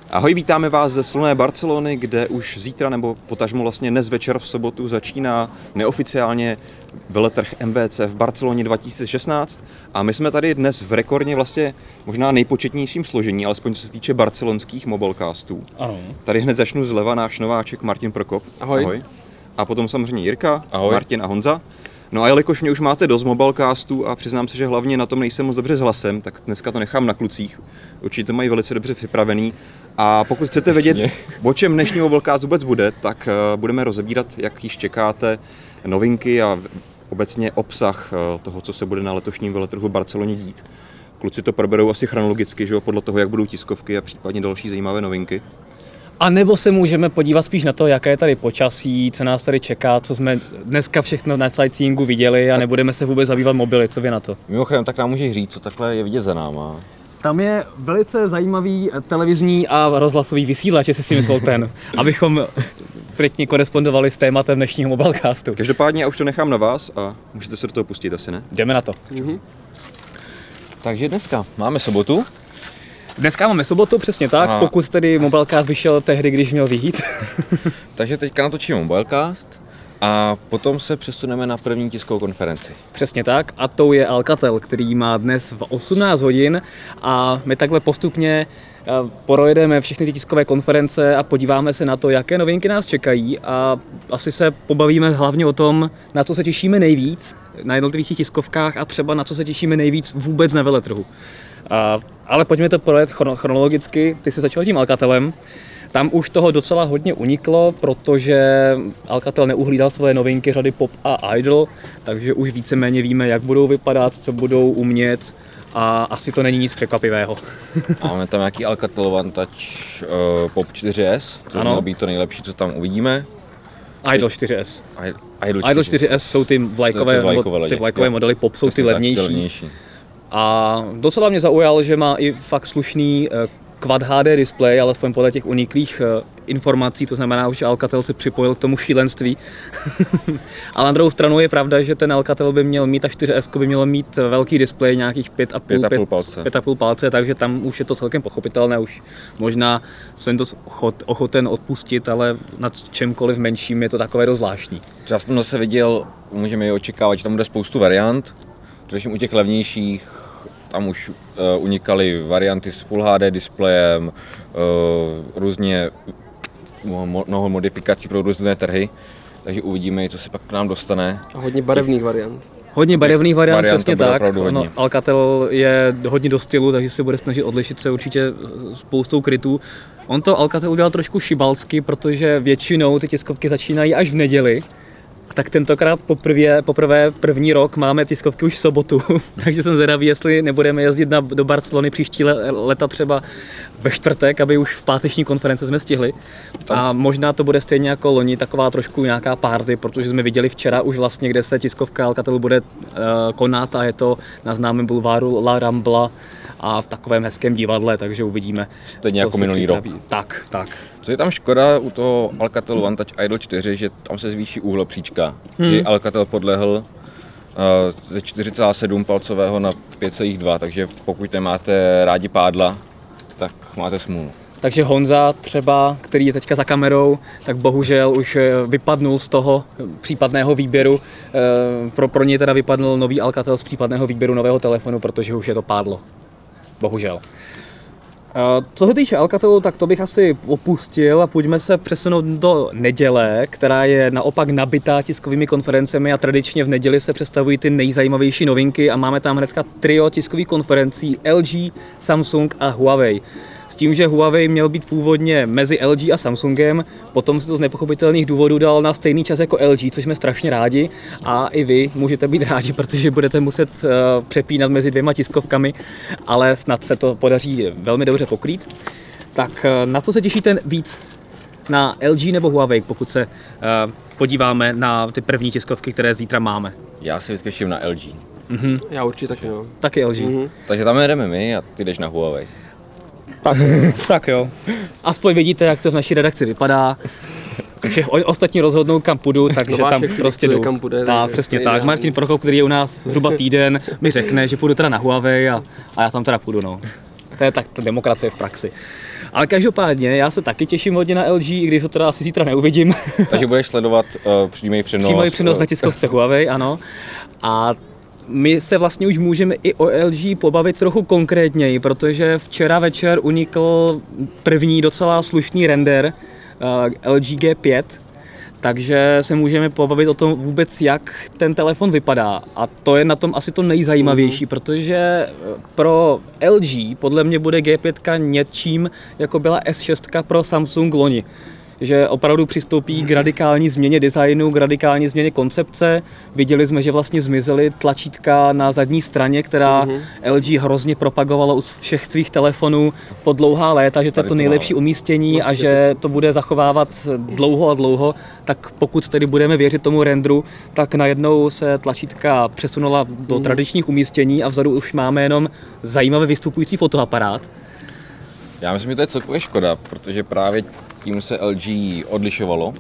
Ahoj, vítáme vás ze slunné Barcelony, kde už zítra nebo potažmo vlastně dnes večer v sobotu začíná neoficiálně veletrh MWC v Barceloně 2016 a my jsme tady dnes v rekordně vlastně možná nejpočetnějším složení, alespoň co se týče barcelonských mobilecastů. Ano. Tady hned začnu zleva náš nováček Martin Prokop. Ahoj. Ahoj. A potom samozřejmě Jirka, Ahoj. Martin a Honza. No a jelikož mě už máte dost mobilecastů a přiznám se, že hlavně na tom nejsem moc dobře s hlasem, tak dneska to nechám na klucích. Určitě to mají velice dobře připravený. A pokud chcete vědět, o čem dnešní mobilecast vůbec bude, tak budeme rozebírat, jak již čekáte, novinky a obecně obsah toho, co se bude na letošním veletrhu v Barceloně dít. Kluci to proberou asi chronologicky, že jo, podle toho, jak budou tiskovky a případně další zajímavé novinky. A nebo se můžeme podívat spíš na to, jaké je tady počasí, co nás tady čeká, co jsme dneska všechno na sightseeingu viděli a nebudeme se vůbec zabývat mobily, co vy na to? Mimochodem, tak nám můžeš říct, co takhle je vidět za náma. Tam je velice zajímavý televizní a rozhlasový vysílač, jestli si myslel ten, abychom pěkně korespondovali s tématem dnešního mobilecastu. Každopádně já už to nechám na vás a můžete se do toho pustit, asi ne? Jdeme na to. Takže dneska máme sobotu. Dneska máme sobotu, přesně tak, pokud tedy mobilecast vyšel tehdy, když měl vyjít. Takže teďka natočíme mobilecast a potom se přesuneme na první tiskovou konferenci. Přesně tak, a tou je Alcatel, který má dnes v 18 hodin a my takhle postupně projedeme všechny ty tiskové konference a podíváme se na to, jaké novinky nás čekají a asi se pobavíme hlavně o tom, na co se těšíme nejvíc na jednotlivých tiskovkách a třeba na co se těšíme nejvíc vůbec na veletrhu. Ale pojďme to projet chronologicky, ty jsi začal tím Alcatelem. Tam už toho docela hodně uniklo, protože Alcatel neuhlídal svoje novinky řady Pop a Idol, takže už víceméně víme, jak budou vypadat, co budou umět a asi to není nic překvapivého. A máme tam nějaký Alcatel One Touch Pop 4S, to mělo být to nejlepší, co tam uvidíme. Idol 4S. Idol 4S jsou ty vlajkové modely, Pop jsou ty levnější. A docela mě zaujal, že má i fakt slušný Quad HD display, alespoň podle těch uniklých informací, to znamená, že Alcatel se připojil k tomu šílenství. Ale na druhou stranu je pravda, že ten Alcatel by měl mít, a 4S by mělo mít velký displej, nějakých 5,5 palce, takže tam už je to celkem pochopitelné, už možná jsem to ochoten odpustit, ale nad čemkoliv menším je to takové dost zvláštní. Já jsem zase viděl, můžeme je očekávat, že tam bude spoustu variant, především u těch levnějších. Tam už unikaly varianty s Full HD displejem, různě mnoho modifikací pro různé trhy, takže uvidíme, co se pak k nám dostane. A hodně barevných variant. Hodně barevných variant, přesně tak. No, Alcatel je hodně do stylu, takže se bude snažit odlišit se určitě spoustou krytů. On to Alcatel udělal trošku šibalsky, protože většinou ty tiskovky začínají až v neděli. Tak tentokrát poprvé první rok máme tiskovky už v sobotu, takže jsem zvědavý, jestli nebudeme jezdit do Barcelony příští leta třeba ve čtvrtek, aby už v páteční konference jsme stihli. A možná to bude stejně jako loni, taková trošku nějaká party, protože jsme viděli včera už vlastně, kde se tiskovka Alcatelu bude konat a je to na známém bulváru La Rambla a v takovém hezkém divadle, takže uvidíme. Stejně jako minulý rok. Tak. Co je tam škoda u toho Alcatelu One Touch Idol 4, že tam se zvýší úhlopříčka. Kdy Alcatel podlehl ze 4,7 palcového na 5,2, takže pokud nemáte rádi pádla, tak máte smůlu. Takže Honza třeba, který je teďka za kamerou, tak bohužel už vypadnul z toho případného výběru. Pro něj teda vypadl nový Alcatel z případného výběru nového telefonu, protože už je to pádlo. Bohužel. Co se týče Alcatelu, tak to bych asi opustil a pojďme se přesunout do neděle, která je naopak nabitá tiskovými konferencemi a tradičně v neděli se představují ty nejzajímavější novinky a máme tam hnedka trio tiskových konferencí LG, Samsung a Huawei. S tím, že Huawei měl být původně mezi LG a Samsungem, potom se to z nepochopitelných důvodů dal na stejný čas jako LG, což jsme strašně rádi a i vy můžete být rádi, protože budete muset přepínat mezi dvěma tiskovkami, ale snad se to podaří velmi dobře pokrýt. Tak na co se těšíte víc? Na LG nebo Huawei, pokud se podíváme na ty první tiskovky, které zítra máme? Já si vyzkouším na LG. Já určitě taky, jo. Taky LG. Takže tam jedeme my a ty jdeš na Huawei. Tak jo. Aspoň vidíte, jak to v naší redakci vypadá. Všech ostatní rozhodnou, kam půjdu, takže tam prostě jdu. Kam půjde, tak, přesně tak. Martin Prokop, který je u nás zhruba týden, mi řekne, že půjdu teda na Huawei a já tam teda půjdu, no. To je tak ta demokracie v praxi. Ale každopádně, já se taky těším hodně na LG, i když to teda asi zítra neuvidím. Takže budeš sledovat přímý přenos. Přímý přenos na tiskovce Huawei, ano. A my se vlastně už můžeme i o LG pobavit trochu konkrétněji, protože včera večer unikl první docela slušný render LG G5, takže se můžeme pobavit o tom vůbec, jak ten telefon vypadá. A to je na tom asi to nejzajímavější, protože pro LG podle mě bude G5 něčím, jako byla S6 pro Samsung loni. Že opravdu přistoupí k radikální změně designu, k radikální změně koncepce. Viděli jsme, že vlastně zmizely tlačítka na zadní straně, která LG hrozně propagovalo u všech svých telefonů po dlouhá léta, že to je to nejlepší umístění a že to bude zachovávat dlouho a dlouho. Tak pokud tedy budeme věřit tomu renderu, tak najednou se tlačítka přesunula do tradičních umístění a vzadu už máme jenom zajímavě vystupující fotoaparát. Já myslím, že to je celkově škoda, protože právě tím se LG odlišovalo.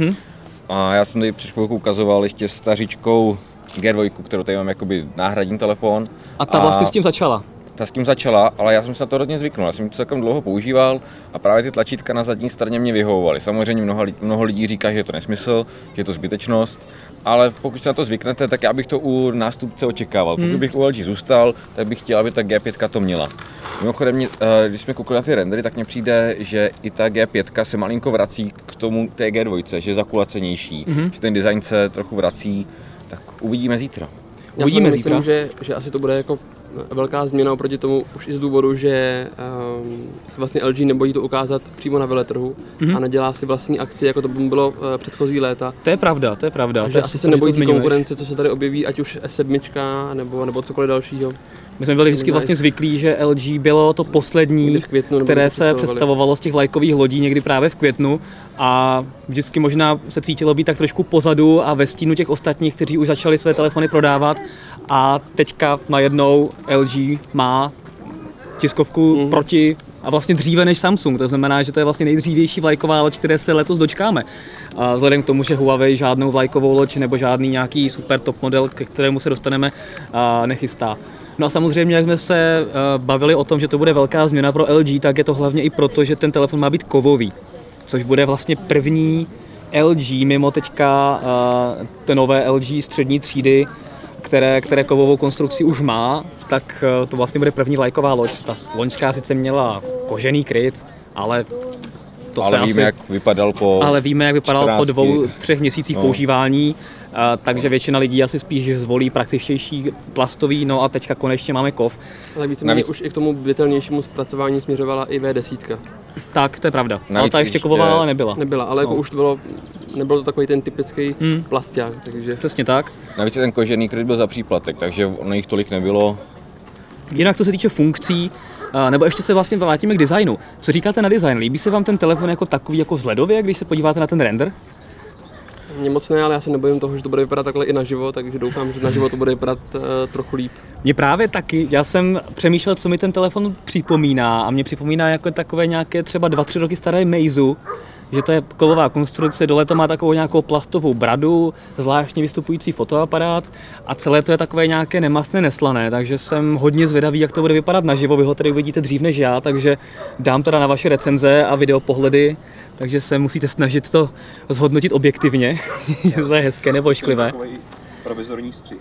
A já jsem tady před chvilkou ukazoval ještě stařičkou G2, kterou tady mám jakoby náhradní telefon. A ta vlastně s tím začala. Ta s tím začala, ale já jsem se na to hodně zvyknul. Já jsem to celkem dlouho používal a právě ty tlačítka na zadní straně mě vyhovovaly. Samozřejmě mnoho lidí říká, že je to nesmysl, že je to zbytečnost, ale pokud se na to zvyknete, tak já bych to u nástupce očekával. Pokud bych u LG zůstal, tak bych chtěl, aby ta G5 to měla. Mimochodem, když jsme koukali na ty rendery, tak mně přijde, že i ta G5 se malinko vrací k tomu té G2, že je zakulacenější, že ten design se trochu vrací, tak uvidíme zítra. Uvidíme zítra. Myslím, že asi to bude jako velká změna oproti tomu už i z důvodu, že se vlastně LG nebojí to ukázat přímo na veletrhu a nedělá si vlastní akci, jako to bylo předchozí léta. To je pravda. Takže asi se nebojí konkurence, co se tady objeví, ať už S7 nebo cokoliv dalšího. My jsme byli vždycky vlastně zvyklí, že LG bylo to poslední, které se představovalo z těch vlajkových lodí někdy právě v květnu a vždycky možná se cítilo být tak trošku pozadu a ve stínu těch ostatních, kteří už začali své telefony prodávat a teďka najednou LG má tiskovku proti a vlastně dříve než Samsung, to znamená, že to je vlastně nejdřívější vlajková loď, které se letos dočkáme. A vzhledem k tomu, že Huawei žádnou vlajkovou loď nebo žádný nějaký super top model, ke kterému se dostaneme, nechystá. No a samozřejmě, jak jsme se bavili o tom, že to bude velká změna pro LG, tak je to hlavně i proto, že ten telefon má být kovový, což bude vlastně první LG mimo teďka té nové LG střední třídy, které kovovou konstrukci už má, tak to vlastně bude první vlajková loď. Ta loňská sice měla kožený kryt, ale víme, jak vypadal po 2-3 měsících používání, takže většina lidí asi spíš zvolí praktičtější plastový, no a teďka konečně máme kov. Ale víceméně už i k tomu viditelnějšímu zpracování směřovala i V10. Tak, to je pravda. Ale ta ještě kovová ale nebyla. Nebyla, ale jako už to nebyl to takový ten typický plasták, takže... Přesně tak. Navíc ten kožený kryt byl za příplatek, takže ono jich tolik nebylo. Jinak co se týče funkcí, nebo ještě se vlastně vrátíme k designu. Co říkáte na design? Líbí se vám ten telefon jako takový, jako vzhledově, když se podíváte na ten render? Mně moc ne, ale já se nebojím toho, že to bude vypadat takhle i naživo, takže doufám, že naživo to bude vypadat trochu líp. Mně právě taky, já jsem přemýšlel, co mi ten telefon připomíná a mě připomíná jako takové nějaké třeba 2-3 roky staré Meizu, že to je kovová konstrukce, dole to má takovou nějakou plastovou bradu, zvláštně vystupující fotoaparát a celé to je takové nějaké nemastné, neslané, takže jsem hodně zvědavý, jak to bude vypadat naživo, vy ho tady uvidíte dřív než já, takže dám teda na vaše recenze a videopohledy, takže se musíte snažit to zhodnotit objektivně, jestli je hezké nebo ošklivé. Provizorní střih.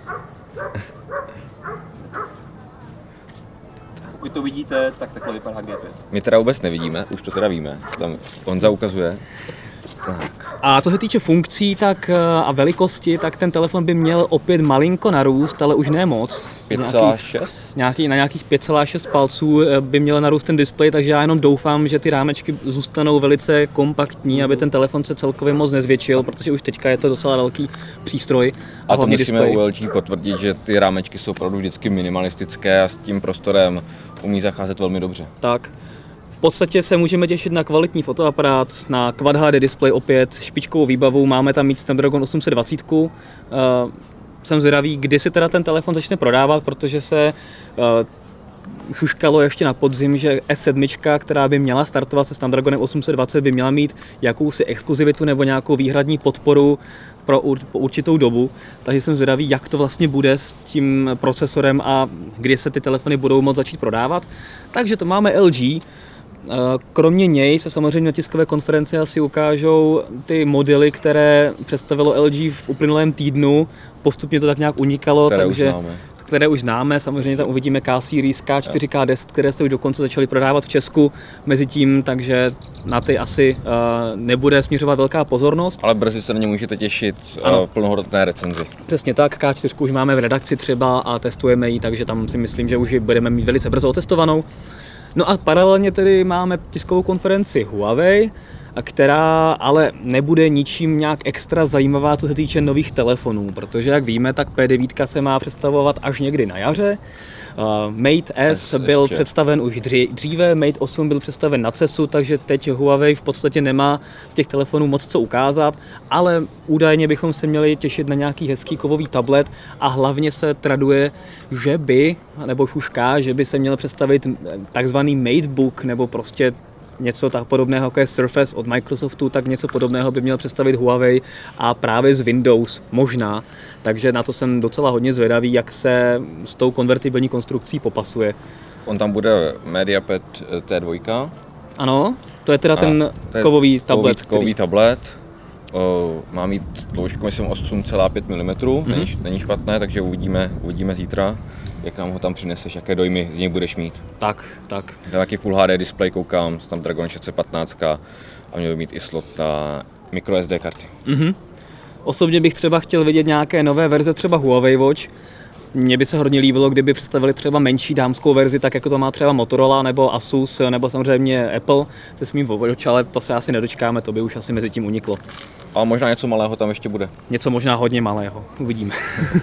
Pokud to vidíte, tak takhle vypadá G5. My teda vůbec nevidíme, už to teda víme, tam Honza ukazuje. Tak. A co se týče funkcí a velikosti, tak ten telefon by měl opět malinko narůst, ale už ne moc. 5,6? Na nějakých 5,6 palců by měl narůst ten displej, takže já jenom doufám, že ty rámečky zůstanou velice kompaktní, aby ten telefon se celkově moc nezvětšil, protože už teďka je to docela velký přístroj. A to musíme u LG potvrdit, že ty rámečky jsou opravdu vždycky minimalistické a s tím prostorem umí zacházet velmi dobře. Tak. V podstatě se můžeme těšit na kvalitní fotoaparát, na Quad HD displej opět, špičkovou výbavu, máme tam mít Snapdragon 820. Jsem zvědavý, kdy se teda ten telefon začne prodávat, protože se šuškalo ještě na podzim, že S7, která by měla startovat se Snapdragonem 820, by měla mít jakousi exkluzivitu nebo nějakou výhradní podporu po určitou dobu. Takže jsem zvědavý, jak to vlastně bude s tím procesorem a kdy se ty telefony budou moct začít prodávat. Takže to máme LG. Kromě něj se samozřejmě na tiskové konferenci asi ukážou ty modely, které představilo LG v uplynulém týdnu. Postupně to tak nějak unikalo, které už známe. Samozřejmě tam uvidíme K-Series, K4, K10, které se už dokonce začaly prodávat v Česku mezi tím, takže na ty asi nebude směřovat velká pozornost. Ale brzy se na ně můžete těšit v plnohodnotné recenzi. Přesně tak, K4 už máme v redakci třeba a testujeme ji, takže tam si myslím, že už ji budeme mít velice brzo otestovanou. No a paralelně tedy máme tiskovou konferenci Huawei, která ale nebude ničím nějak extra zajímavá, co se týče nových telefonů, protože jak víme, tak P9 se má představovat až někdy na jaře. Mate S byl představen už dříve, Mate 8 byl představen na CESu, takže teď Huawei v podstatě nemá z těch telefonů moc co ukázat, ale údajně bychom se měli těšit na nějaký hezký kovový tablet a hlavně se traduje, že by, nebo šušká, že by se měl představit takzvaný MateBook, nebo prostě něco tak podobného, jako je Surface od Microsoftu, tak něco podobného by měl představit Huawei a právě z Windows možná. Takže na to jsem docela hodně zvědavý, jak se s tou konvertibilní konstrukcí popasuje. On tam bude MediaPad T2. Ano, to je teda ten kovový tablet. Kovový tablet. Má mít dloužku, myslím, 8,5 mm, není špatné, takže uvidíme zítra, jak nám ho tam přineseš, jaké dojmy z něj budeš mít. Tak. Taky Full HD display koukám, Snapdragon 615 a měl by mít i slot na microSD karty. Osobně bych třeba chtěl vidět nějaké nové verze, třeba Huawei Watch. Mně by se hodně líbilo, kdyby představili třeba menší dámskou verzi, tak jako to má třeba Motorola nebo Asus, nebo samozřejmě Apple se svým Watch, ale to se asi nedočkáme, to by už asi mezi tím uniklo. A možná něco malého tam ještě bude. Něco možná hodně malého, uvidíme.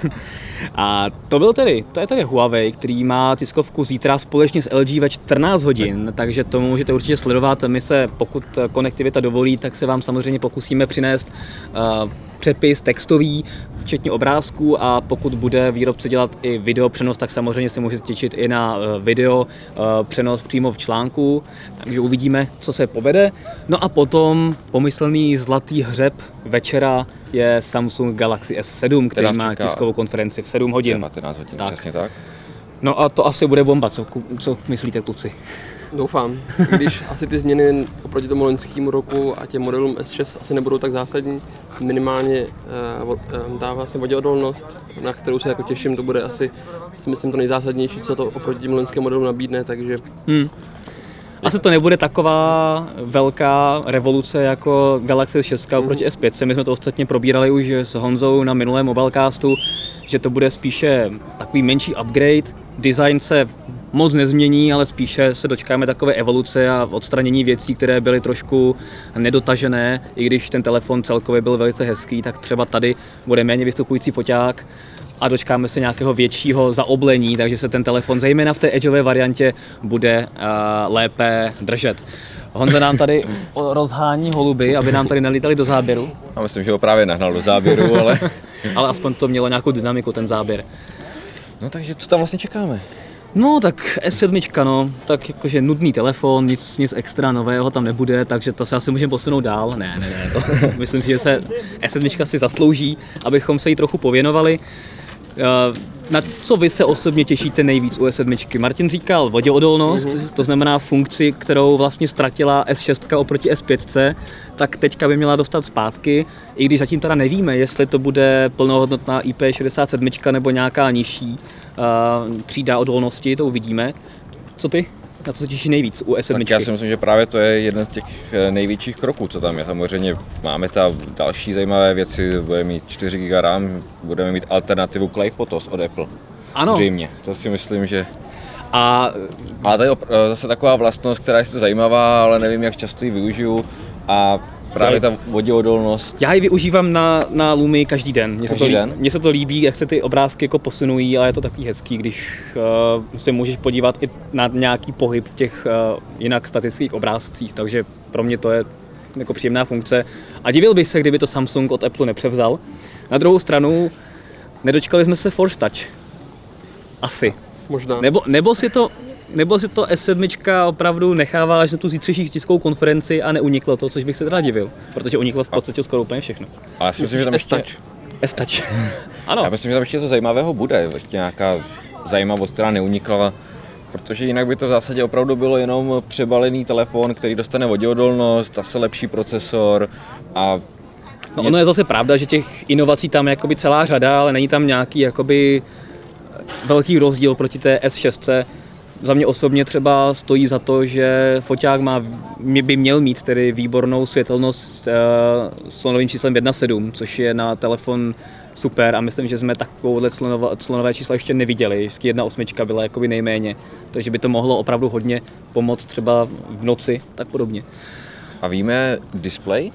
A to je tedy Huawei, který má tiskovku zítra společně s LG ve 14 hodin, takže to můžete určitě sledovat. My se, pokud konektivita dovolí, tak se vám samozřejmě pokusíme přinést přepis textový, včetně obrázků, a pokud bude výrobce dělat i video přenos, tak samozřejmě se můžete těšit i na video přenos přímo v článku, takže uvidíme, co se povede. No a potom pomyslný zlatý hřeb večera je Samsung Galaxy S7, který má tiskovou konferenci v 7 hodin. 19 hodin, přesně tak. No a to asi bude bomba, co myslíte, kluci? Doufám, když asi ty změny oproti tomu loňskému roku a těm modelům S6 asi nebudou tak zásadní, minimálně dá vlastně voděodolnost, na kterou se jako těším, to bude asi, si myslím, to nejzásadnější, co to oproti těm loňským modelům nabídne, takže... Asi to nebude taková velká revoluce jako Galaxy S6 oproti S5. My jsme to ostatně probírali už s Honzou na minulém Mobilecastu, že to bude spíše takový menší upgrade. Design se moc nezmění, ale spíše se dočkáme takové evoluce a odstranění věcí, které byly trošku nedotažené. I když ten telefon celkově byl velice hezký, tak třeba tady bude méně vystupující foťák a dočkáme se nějakého většího zaoblení, takže se ten telefon, zejména v té edgeové variantě, bude lépe držet. Honza nám tady rozhání holuby, aby nám tady nelítali do záběru. Já myslím, že ho právě nahnal do záběru, ale... ale aspoň to mělo nějakou dynamiku, ten záběr. No takže co tam vlastně čekáme? No tak S7, no, tak jakože nudný telefon, nic extra nového tam nebude, takže to se asi můžeme posunout dál. Ne, to myslím si, že se S7 si zaslouží, abychom se jí trochu pověnovali. Na co vy se osobně těšíte nejvíc u S7? Martin říkal voděodolnost, to znamená funkci, kterou vlastně ztratila S6 oproti S5, tak teďka by měla dostat zpátky, i když zatím teda nevíme, jestli to bude plnohodnotná IP67 nebo nějaká nižší třída odolnosti, to uvidíme. Co ty? Na co se těší nejvíc u S7? Tak já si myslím, že právě to je jeden z těch největších kroků, co tam je. Samozřejmě máme ta další zajímavé věci, budeme mít 4 GB RAM, budeme mít alternativu k Live Photos od Apple. Ano. Zřejmě, to si myslím, že... Ale to je zase taková vlastnost, která je zajímavá, ale nevím, jak často ji využiju. A právě ta voděodolnost. Já ji využívám na Lumii každý den. Mně se to líbí, jak se ty obrázky jako posunují, a je to takový hezký, když se můžeš podívat i na nějaký pohyb v těch jinak statických obrázcích, takže pro mě to je jako příjemná funkce. A divil bych se, kdyby to Samsung od Apple nepřevzal. Na druhou stranu, nedočkali jsme se Force Touch. Asi. Možná. Nebo si to nebo si to S7 opravdu nechává až na tu zítřejší tiskovou konferenci a neuniklo to, což bych se teda divil, protože uniklo v podstatě skoro úplně všechno. Ale já si myslím, že tam ještě... S-Touch. Ano. Já myslím, že tam ještě něco zajímavého bude, ještě nějaká zajímavost, která neunikla, protože jinak by to v zásadě opravdu bylo jenom přebalený telefon, který dostane voděodolnost, zase lepší procesor a... No ono je zase pravda, že těch inovací tam je jakoby celá řada, ale není tam nějaký jakoby velký rozdíl proti té S6. Za mě osobně třeba stojí za to, že foťák by měl mít tedy výbornou světelnost s slonovým číslem 1.7, což je na telefon super a myslím, že jsme takovouhle slonové čísla ještě neviděli. Vždycky 1.8 byla jakoby nejméně, takže by to mohlo opravdu hodně pomoct třeba v noci, tak podobně. A víme display?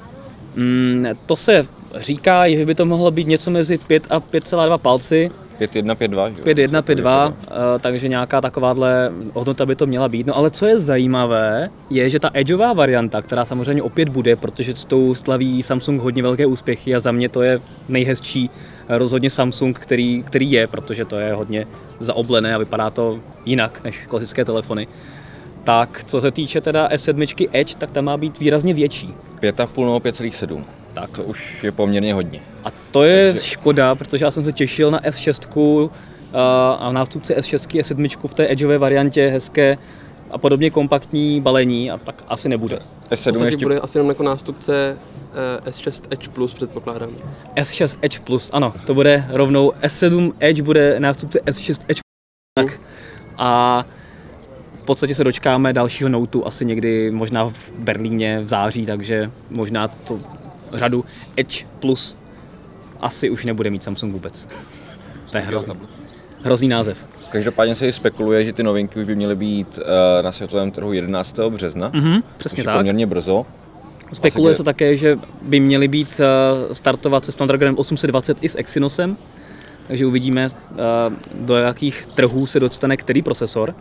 To se říká, že by to mohlo být něco mezi 5 a 5,2 palci. 5.1, 5.2, že? 5.1, 5.2, takže nějaká takováhle hodnota by to měla být. No ale co je zajímavé, je, že ta edgeová varianta, která samozřejmě opět bude, protože s tou slaví Samsung hodně velké úspěchy a za mě to je nejhezčí rozhodně Samsung, který je, protože to je hodně zaoblené a vypadá to jinak než klasické telefony. Tak co se týče teda S7 Edge, tak ta má být výrazně větší. 5,5 nebo 5,7. Tak to už je poměrně hodně. A to je škoda, protože já jsem se těšil na S6 a nástupce S6 S7 v té edgeové variantě hezké a podobně kompaktní balení a tak asi nebude. S7 ještě bude asi jenom jako nástupce S6 Edge Plus, předpokládám. S6 Edge Plus, ano, to bude rovnou S7 Edge bude nástupce S6 Edge Plus. A v podstatě se dočkáme dalšího Noteu asi někdy možná v Berlíně v září, takže možná to řadu Edge Plus asi už nebude mít Samsung vůbec. To je hrozný název. Každopádně se spekuluje, že ty novinky už by měly být na světovém trhu 11. března. Přesně tak. Poměrně brzo. Spekuluje se také, že by měly být startovat se Snapdragonem 820 i s Exynosem, takže uvidíme, do jakých trhů se dostane který procesor.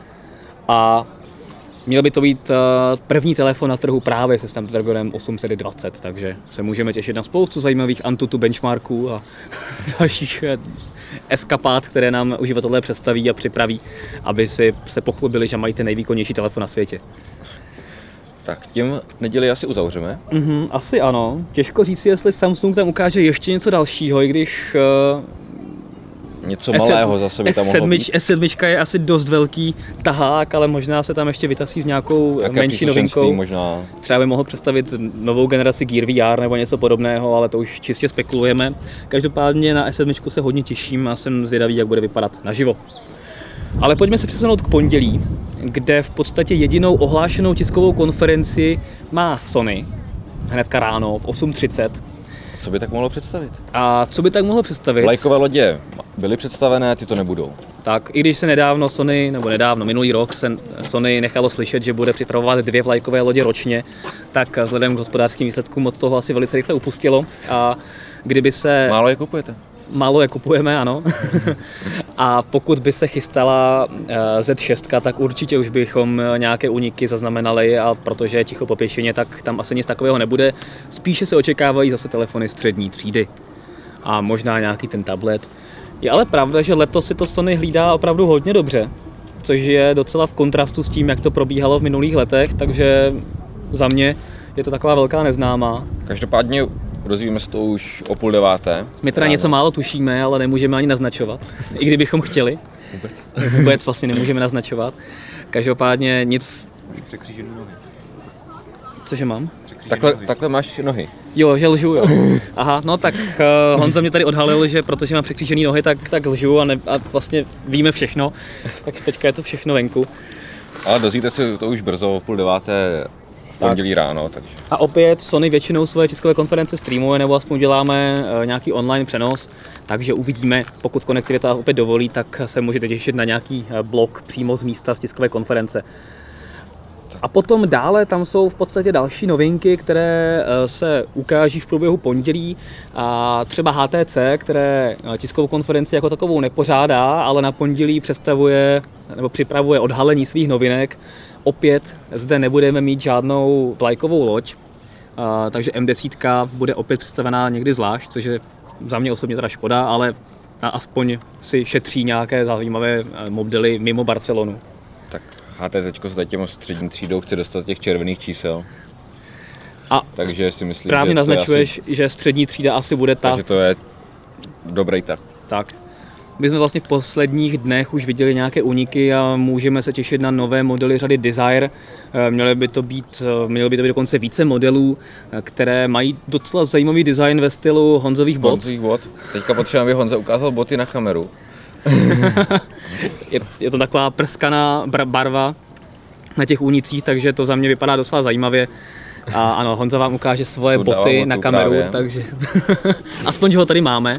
A měl by to být první telefon na trhu právě se Snapdragonem 820, takže se můžeme těšit na spoustu zajímavých Antutu benchmarků a dalších eskapád, které nám uživatelé představí a připraví, aby si se pochlubili, že mají ten nejvýkonnější telefon na světě. Tak tím neděli asi uzavřeme. Asi ano. Těžko říct, jestli Samsung tam ukáže ještě něco dalšího, i když něco malého zase by tam mohlo být. S7 je asi dost velký tahák, ale možná se tam ještě vytasí s nějakou menší novinkou. Možná. Třeba by mohl představit novou generaci Gear VR nebo něco podobného, ale to už čistě spekulujeme. Každopádně na S7 se hodně těším a jsem zvědavý, jak bude vypadat naživo. Ale pojďme se přesunout k pondělí, kde v podstatě jedinou ohlášenou tiskovou konferenci má Sony, hnedka ráno v 8:30. Co by tak mohlo představit? A co by tak mohlo představit? Vlajkové lodě byly představené, ty to nebudou. Tak, i když se minulý rok se Sony nechalo slyšet, že bude připravovat 2 vlajkové lodě ročně, tak vzhledem k hospodářským výsledkům od toho asi velice rychle upustilo. A kdyby se... Málo je kupujete. Málo je kupujeme, ano. A pokud by se chystala Z6, tak určitě už bychom nějaké úniky zaznamenali, a protože je ticho po pěšině, tak tam asi nic takového nebude. Spíše se očekávají zase telefony střední třídy a možná nějaký ten tablet. Je ale pravda, že letos si to Sony hlídá opravdu hodně dobře, což je docela v kontrastu s tím, jak to probíhalo v minulých letech, takže za mě je to taková velká neznámá. Každopádně dozvíme se to už o 8:30. My teda něco málo tušíme, ale nemůžeme ani naznačovat, i kdybychom chtěli. Vůbec vlastně nemůžeme naznačovat. Každopádně nic... Překřížený nohy. Cože mám? Takhle máš nohy. Jo, že lžu, jo. Aha, no tak Honza mě tady odhalil, že protože mám překřížený nohy, tak lžu a vlastně víme všechno. Tak teďka je to všechno venku. Ale dozvíte se to už brzo v 8:30 v pondělí ráno. Takže. A opět Sony většinou svoje tiskové konference streamuje, nebo aspoň děláme nějaký online přenos, takže uvidíme, pokud konektivita opět dovolí, tak se můžete těšit na nějaký blog přímo z místa z tiskové konference. A potom dále tam jsou v podstatě další novinky, které se ukáží v průběhu pondělí. A třeba HTC, které tiskovou konferenci jako takovou nepořádá, ale na pondělí představuje nebo připravuje odhalení svých novinek. Opět zde nebudeme mít žádnou vlajkovou loď, takže M10 bude opět představená někdy zvlášť, což je za mě osobně teda škoda, ale aspoň si šetří nějaké zajímavé modely mimo Barcelonu. Tak HTC se těm střední třídou chce dostat těch červených čísel. A takže si myslím, právě že naznačuješ, že střední třída asi bude ta. Takže to je dobrý tak. Tak. My jsme vlastně v posledních dnech už viděli nějaké úniky a můžeme se těšit na nové modely řady Desire. Mělo by to být dokonce více modelů, které mají docela zajímavý design ve stylu Honzových bot. Teďka potřebujeme, aby Honza ukázal boty na kameru. je to taková prskaná barva na těch únicích, takže to za mě vypadá docela zajímavě. A ano, Honza vám ukáže svoje boty na kameru, právě. Takže aspoň, že ho tady máme.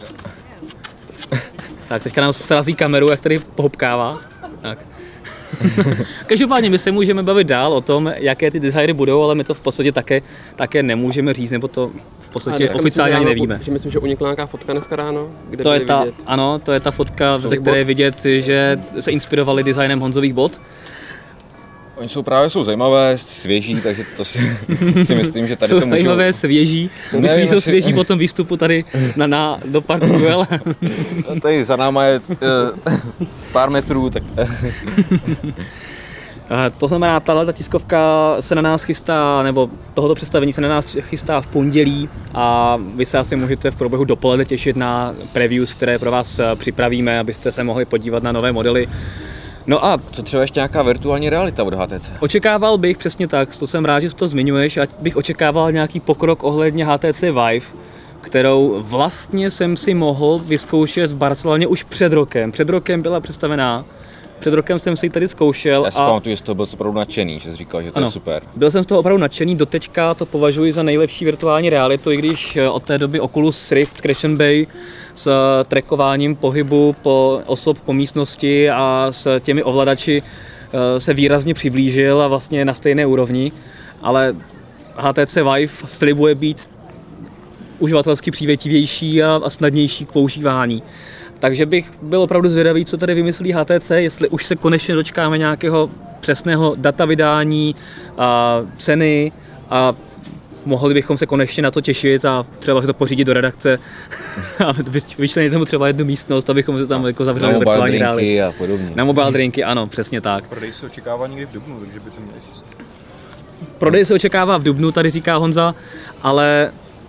Tak teďka nám srazí kameru, jak tady pohopkává. Tak. Každopádně my se můžeme bavit dál o tom, jaké ty designy budou, ale my to v podstatě také nemůžeme říct, nebo to v podstatě oficiálně ani nevíme. Myslím, že unikla nějaká fotka dneska ráno, kde to je vidět. Ano, to je ta fotka, ze které je vidět, že se inspirovali designem Honzových bot. Oni jsou zajímavé, svěží, takže to si myslím, že tady to můžou... zajímavé, svěží. Myslíš, že jsou svěží po tom výstupu tady do parku Duel? Tady za náma je pár metrů, tak... To znamená, tato tiskovka se na nás chystá, nebo tohoto představení se na nás chystá v pondělí a vy se asi můžete v průběhu dopoledne těšit na previews, které pro vás připravíme, abyste se mohli podívat na nové modely. No a co třeba ještě nějaká virtuální realita od HTC? Očekával bych, přesně tak, to jsem rád, že to zmiňuješ, ať bych očekával nějaký pokrok ohledně HTC Vive, kterou vlastně jsem si mohl vyzkoušet v Barceloně už před rokem. Před rokem byla představená, před rokem jsem si ji tady zkoušel. Já si pamatuju, že z toho byl opravdu nadšený, že jsi říkal, že to je super. Byl jsem z toho opravdu nadšený, doteďka to považuji za nejlepší virtuální realitu, i když od té doby Oculus Rift Crescent Bay s trackováním pohybu osob po místnosti a s těmi ovladači se výrazně přiblížil a vlastně na stejné úrovni, ale HTC Vive slibuje být uživatelsky přívětivější a snadnější k používání. Takže bych byl opravdu zvědavý, co tady vymyslí HTC, jestli už se konečně dočkáme nějakého přesného data vydání, a ceny a mohli bychom se konečně na to těšit a třeba to pořídit do redakce a vyčlenit tomu třeba jednu místnost, abychom se tam jako zavřeli virtuální reálii. A podobně. Na mobile drinky, ano, přesně tak. Prodej se očekává někdy v dubnu, takže by to měli říct. Prodej se očekává v dubnu, tady říká Honza, ale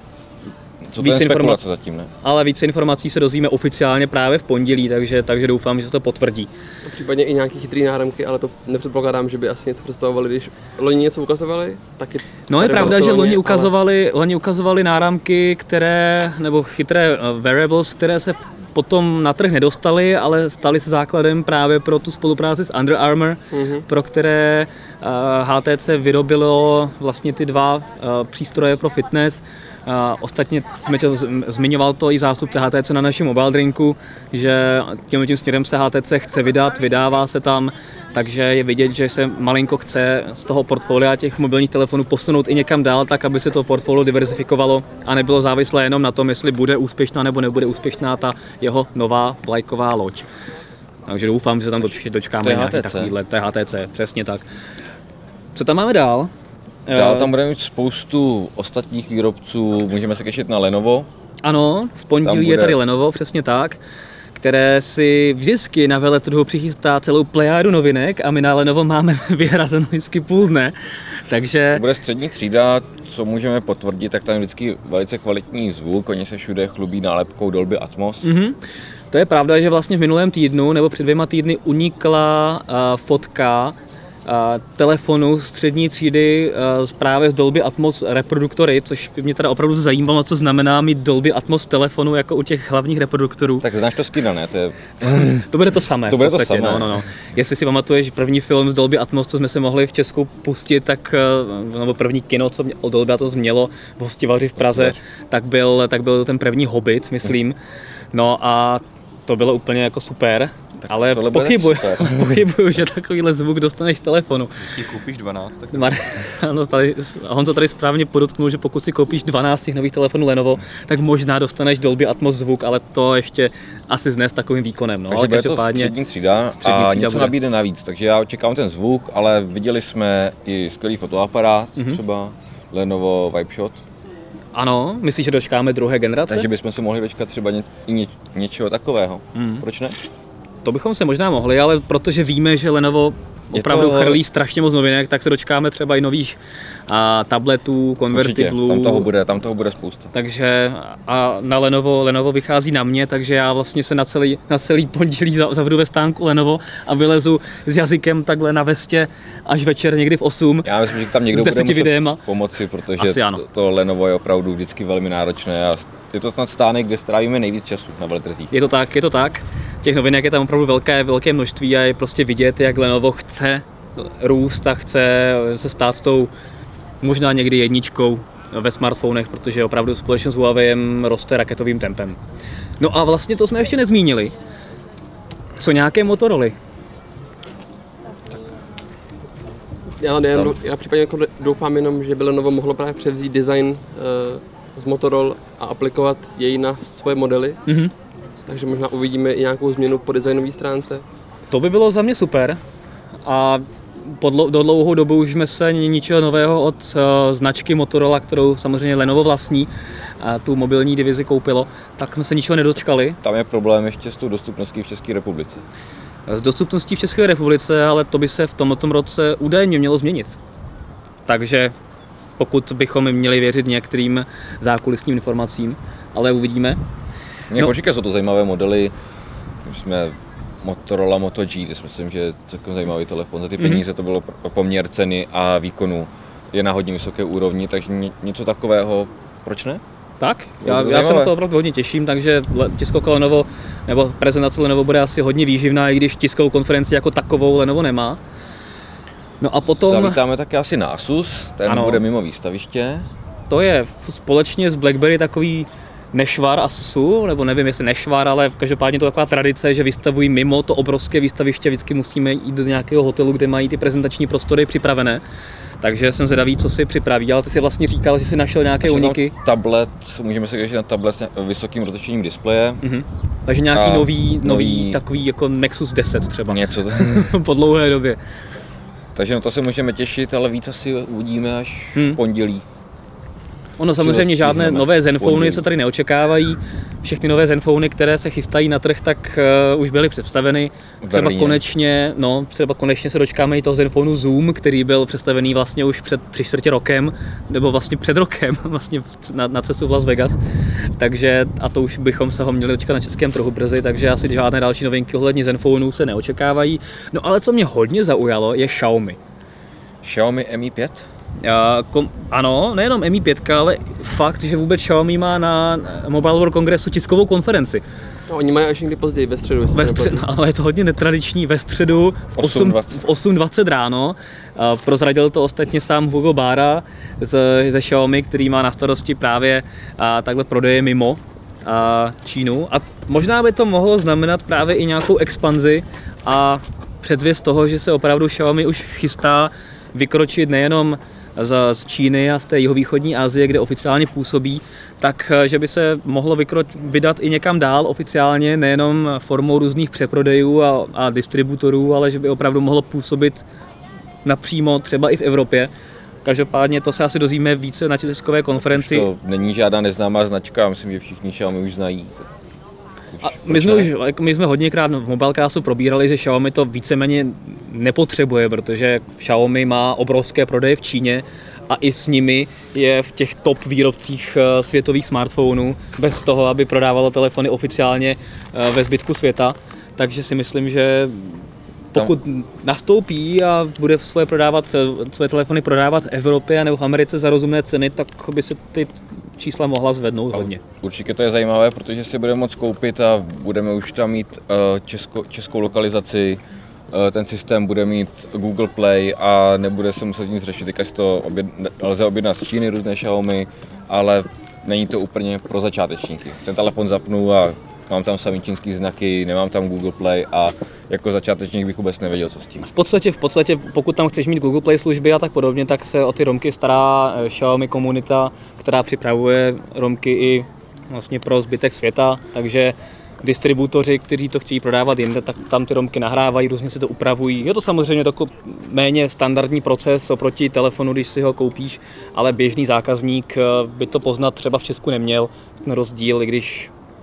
více informací zatím, ne? Ale více informací se dozvíme oficiálně právě v pondělí, takže doufám, že se to potvrdí. Případně i nějaký chytrý náramky, ale to nepředpokládám, že by asi něco představovali, když loni něco ukazovali, taky. No je pravda, že loni ukazovali náramky, nebo chytré wearables, které se potom na trh nedostali, ale staly se základem právě pro tu spolupráci s Under Armour, pro které HTC vyrobilo vlastně ty dva přístroje pro fitness. Ostatně zmiňoval to i zástupce HTC na našem mobile drinku, že tímhle směrem se HTC chce vydat, vydává se tam, takže je vidět, že se malinko chce z toho portfolia těch mobilních telefonů posunout i někam dál, tak aby se to portfolio diverzifikovalo a nebylo závislé jenom na tom, jestli bude úspěšná nebo nebude úspěšná ta jeho nová vlajková loď. Takže doufám, že se tam dočkáme nějaký takovýhle, to je HTC, přesně tak. Co tam máme dál? Dál tam budeme mít spoustu ostatních výrobců, můžeme se těšit na Lenovo. Ano, v pondělí je tady Lenovo, přesně tak, které si vždycky na veletrhu přichystá celou plejádu novinek a my na Lenovo máme vyhrazeno vždycky půl dne, takže... To bude střední třída, co můžeme potvrdit, tak tam je vždycky velice kvalitní zvuk, oni se všude chlubí nálepkou Dolby Atmos. To je pravda, že vlastně v minulém týdnu nebo před 2 týdny unikla fotka telefonu střední třídy právě z Dolby Atmos reproduktory, což by mě teda opravdu zajímalo, co znamená mít Dolby Atmos telefonu jako u těch hlavních reproduktorů. Tak znáš to z kina, ne? To bude to samé. To bude to samé. No. Jestli si pamatuješ první film z Dolby Atmos, co jsme se mohli v Česku pustit, tak nebo první kino, co o Dolby Atmos mělo v Hostivaři v Praze, tak byl ten první Hobbit, myslím. No a to bylo úplně jako super. Tak ale pochybuju, že takovýhle zvuk dostaneš z telefonu. Když si koupíš 12, tak... Honzo tady správně podotknul, že pokud si koupíš 12 těch nových telefonů Lenovo, tak možná dostaneš Dolby Atmos zvuk, ale to ještě asi znes takovým výkonem. No. Takže bude to střední třída a něco nabídne navíc, takže já očekávám ten zvuk, ale viděli jsme i skvělý fotoaparát, třeba Lenovo VibeShot. Ano, myslíš, že dočkáme druhé generace? Takže bychom se mohli dočkat třeba i něčeho takového. Proč ne? To bychom se možná mohli, ale protože víme, že Lenovo opravdu chrlí strašně moc novinek, tak se dočkáme třeba i nových tabletů, konvertiblů. Určitě, tam toho bude spousta. Takže a na Lenovo vychází na mě, takže já vlastně se na celý pondělí zavřu ve stánku Lenovo a vylezu s jazykem takhle na vestě až večer někdy v 8. Já myslím, že tam někdo bude muset pomoci, protože to Lenovo je opravdu vždycky velmi náročné a je to snad stánek, kde strávíme nejvíc času na veletrzích. Je to tak. Těch novinek je tam opravdu velké množství a je prostě vidět, jak Lenovo chce růst a chce se stát tou možná někdy jedničkou ve smartfonech, protože opravdu společně s Huawei roste raketovým tempem. No a vlastně to jsme ještě nezmínili. Co nějaké Motorola? Já případně jako doufám jenom, že by Lenovo mohlo právě převzít design z Motorola a aplikovat jej na svoje modely. Mm-hmm. Takže možná uvidíme i nějakou změnu po designové stránce. To by bylo za mě super. A do dlouhou dobu už jsme se ničeho nového od značky Motorola, kterou samozřejmě Lenovo vlastní, a tu mobilní divizi koupilo, tak jsme se ničeho nedočkali. Tam je problém ještě s tou dostupností v České republice. S dostupností v České republice, ale to by se v tomto roce údajně mělo změnit. Takže pokud bychom měli věřit některým zákulisním informacím, ale uvidíme. Počkej, jsou to zajímavé modely. My jsme Motorola Moto G, to myslím, že je celkem zajímavý telefon. Za ty peníze to bylo poměr ceny a výkonu je na hodně vysoké úrovni, takže něco takového, proč ne? Tak, já se na to opravdu hodně těším, takže tiskovka Lenovo, nebo prezentace Lenovo bude asi hodně výživná, i když tiskovou konferenci jako takovou Lenovo nemá. No a potom... Zavítáme také asi na Asus, ten bude mimo výstaviště. To je společně s BlackBerry takový nešvar Asusu, nebo nevím jestli nešvar, ale každopádně to je taková tradice, že vystavují mimo to obrovské výstaviště, vždycky musíme jít do nějakého hotelu, kde mají ty prezentační prostory připravené. Takže jsem zvědavý, co si připraví, ale ty si vlastně říkal, že si našel nějaké úniky. Tablet, můžeme se těšit na tablet s vysokým rozlišením displeje. Mm-hmm. Takže nějaký nový takový jako Nexus 10 třeba. Něco po dlouhé době. Takže na to se můžeme těšit, ale víc asi uvidíme až v pondělí. Ono samozřejmě žádné nové Zenfony se tady neočekávají. Všechny nové Zenfony, které se chystají na trh, tak už byly představeny. Třeba konečně se dočkáme i toho Zenfonu Zoom, který byl představený vlastně už před 3/4 rokem, nebo vlastně před rokem, vlastně na CESu v Las Vegas. Takže a to už bychom se ho měli dočkat na českém trhu brzy, takže asi žádné další novinky ohledně Zenfonů se neočekávají. No ale co mě hodně zaujalo, je Xiaomi. Xiaomi Mi 5? Ano, nejenom Mi 5, ale fakt, že vůbec Xiaomi má na Mobile World Kongresu tiskovou konferenci. No, oni mají až někdy později, ve středu. Ale je to hodně netradiční, ve středu v 8:20 ráno. Prozradil to ostatně sám Hugo Bára ze Xiaomi, který má na starosti právě takhle prodeje mimo Čínu. A možná by to mohlo znamenat právě i nějakou expanzi a předzvěst toho, že se opravdu Xiaomi už chystá vykročit nejenom z Číny a z té jihovýchodní Asie, kde oficiálně působí, tak že by se mohlo vydat i někam dál oficiálně, nejenom formou různých přeprodejů a distributorů, ale že by opravdu mohlo působit napřímo třeba i v Evropě. Každopádně to se asi dozvíme více na tiskové konferenci. To není žádná neznámá značka, myslím, že všichni Xiaomi už znají. A my jsme hodněkrát v Mobilecastu probírali, že Xiaomi to víceméně nepotřebuje, protože Xiaomi má obrovské prodeje v Číně a i s nimi je v těch top výrobcích světových smartphonů bez toho, aby prodávalo telefony oficiálně ve zbytku světa. Takže si myslím, že pokud nastoupí a bude své telefony prodávat v Evropě nebo v Americe za rozumné ceny, tak by se ty čísla mohla zvednout hodně. Určitě to je zajímavé, protože si budeme moct koupit a budeme už tam mít českou lokalizaci. Ten systém bude mít Google Play a nebude se muset nic řešit. Teďka si to lze objednat z Číny různé Xiaomi, ale není to úplně pro začátečníky. Ten telefon zapnu a mám tam samý čínský znaky, nemám tam Google Play a jako začátečník bych vůbec nevěděl, co s tím. V podstatě, pokud tam chceš mít Google Play služby a tak podobně, tak se o ty romky stará Xiaomi komunita, která připravuje romky i vlastně pro zbytek světa, takže distributoři, kteří to chtějí prodávat jinde, tak tam ty romky nahrávají, různě si to upravují. Je to samozřejmě takový méně standardní proces oproti telefonu, když si ho koupíš, ale běžný zákazník by to poznat třeba v Česku neměl, ten rozdíl, i když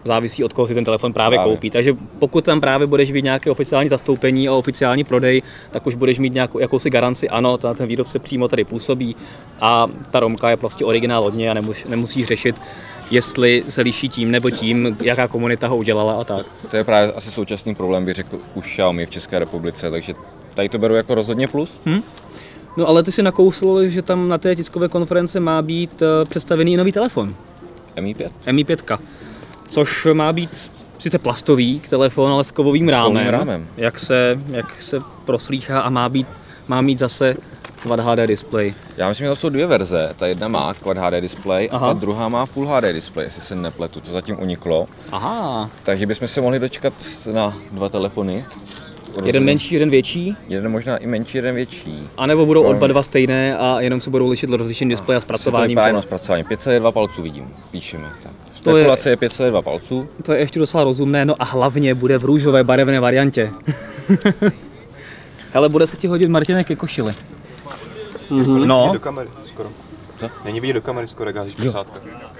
závisí od koho si ten telefon právě koupí. Takže pokud tam právě budeš mít nějaké oficiální zastoupení a oficiální prodej, tak už budeš mít jakousi garanci, ano, ten výrobce přímo tady působí a ta romka je prostě originál od něj a nemusíš řešit, jestli se liší tím nebo tím, jaká komunita ho udělala a tak. To je právě asi současný problém, bych řekl, u Xiaomi v České republice, takže tady to beru jako rozhodně plus. No ale ty si nakousl, že tam na té tiskové konference má být představený nový telefon. Mi 5. Mi 5, což má být sice plastový telefon, ale s kovovým rámem. Jak se proslýchá a má mít zase Quad HD display. Já myslím, že to jsou dvě verze. Ta jedna má Quad HD display a ta druhá má Full HD display, jestli se nepletu, to zatím uniklo. Aha. Takže bychom se mohli dočkat na dva telefony. Jeden menší, jeden větší? Jeden možná i menší, jeden větší. A nebo budou oba dva stejné a jenom se budou lišit rozlišení displeje a zpracováním. Zpracování. 502 palců vidím, píšeme. Tak. Spekulace je 502 palců. To je ještě docela rozumné, no a hlavně bude v růžové barevné variantě. Hele, bude se ti hodit, Martine, ke košili. No. Do kamery skoro. Co? Není vidět do kamery skoro, jak házíš posátka.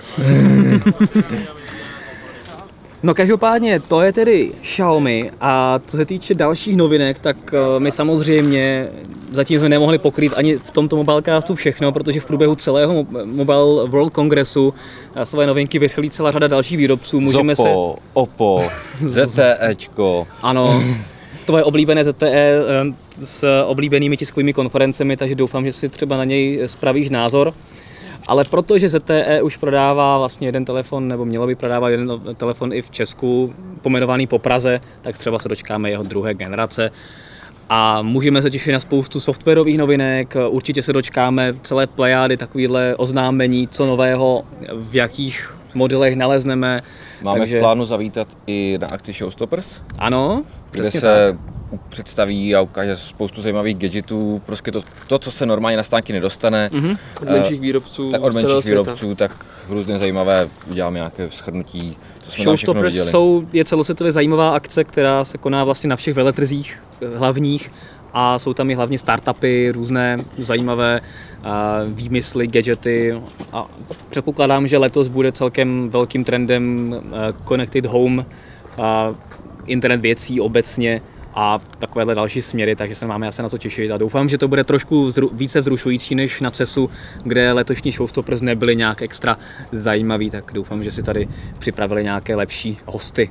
No každopádně to je tedy Xiaomi a co se týče dalších novinek, tak my samozřejmě zatím jsme nemohli pokrýt ani v tomto Mobilecastu všechno, protože v průběhu celého Mobile World Kongresu své novinky vychrlí celá řada dalších výrobců. Můžeme Oppo, ZTEčko. Ano, tvoje oblíbené ZTE s oblíbenými tiskovými konferencemi, takže doufám, že si třeba na něj spravíš názor. Ale protože ZTE už prodává vlastně jeden telefon, nebo mělo by prodávat jeden telefon i v Česku, pomenovaný po Praze, tak třeba se dočkáme jeho druhé generace. A můžeme se těšit na spoustu softwarových novinek, určitě se dočkáme celé plejády takovýhle oznámení, co nového, v jakých modelech nalezneme. Máme v plánu zavítat i na akci Showstoppers? Ano, kde se představí a ukáže spoustu zajímavých gadgetů, prostě to co se normálně na stánky nedostane. Od menších výrobců, tak od menších výrobců, tak hrozně zajímavé, uděláme nějaké shrnutí, co jsme tam všechno viděli. Je celosvětově zajímavá akce, která se koná vlastně na všech veletrzích hlavních a jsou tam i hlavně startupy, různé zajímavé výmysly, gadgety a předpokládám, že letos bude celkem velkým trendem Connected Home, internet věcí obecně a takovéhle další směry, takže se máme asi na co těšit a doufám, že to bude trošku více vzrušující než na CESu, kde letošní Showstoppers nebyly nějak extra zajímavý, tak doufám, že si tady připravili nějaké lepší hosty.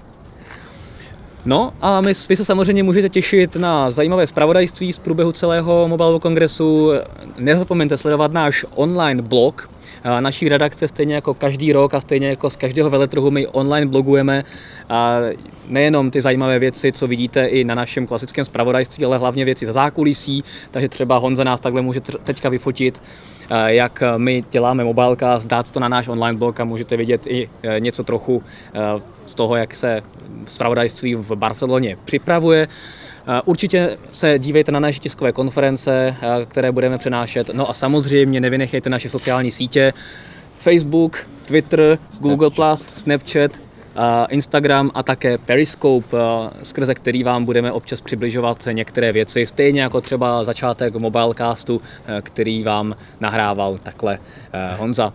No a vy se samozřejmě můžete těšit na zajímavé zpravodajství z průběhu celého Mobile Kongresu. Nezapomeňte sledovat náš online blog. Naší redakce stejně jako každý rok a stejně jako z každého veletrhu my online blogujeme nejenom ty zajímavé věci, co vidíte i na našem klasickém zpravodajství, ale hlavně věci za zákulisí, takže třeba Honza nás takhle může teďka vyfotit, jak my děláme Mobilecast, dát to na náš online blog a můžete vidět i něco trochu z toho, jak se zpravodajství v Barceloně připravuje. Určitě se dívejte na naše tiskové konference, které budeme přenášet. No a samozřejmě nevynechejte naše sociální sítě, Facebook, Twitter, Google+, Snapchat, Instagram a také Periscope, skrze který vám budeme občas přibližovat některé věci, stejně jako třeba začátek Mobilecastu, který vám nahrával takhle Honza.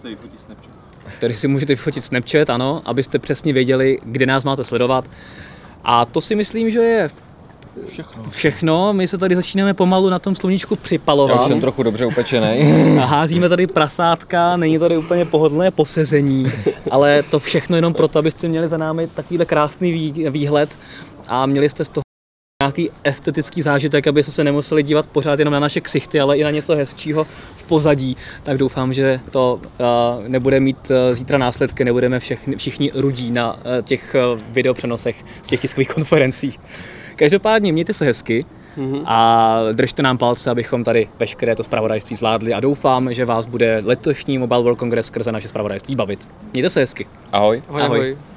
Který si můžete vyfotit Snapchat, ano, abyste přesně věděli, kde nás máte sledovat. A to si myslím, že je všechno. My se tady začínáme pomalu na tom sluníčku připalovat. Já už jsem trochu dobře upečený. Házíme tady prasátka, není tady úplně pohodlné posezení, ale to všechno jenom proto, abyste měli za námi takovýhle krásný výhled a měli jste z toho nějaký estetický zážitek, abyste se nemuseli dívat pořád jenom na naše ksichty, ale i na něco hezčího v pozadí. Tak doufám, že to nebude mít zítra následky, nebudeme všichni rudí na těch videopřenosech z těch tiskových konferencí. Každopádně mějte se hezky a držte nám palce, abychom tady veškeré to zpravodajství zvládli a doufám, že vás bude letošní Mobile World Congress skrze naše zpravodajství bavit. Mějte se hezky. Ahoj. Ahoj.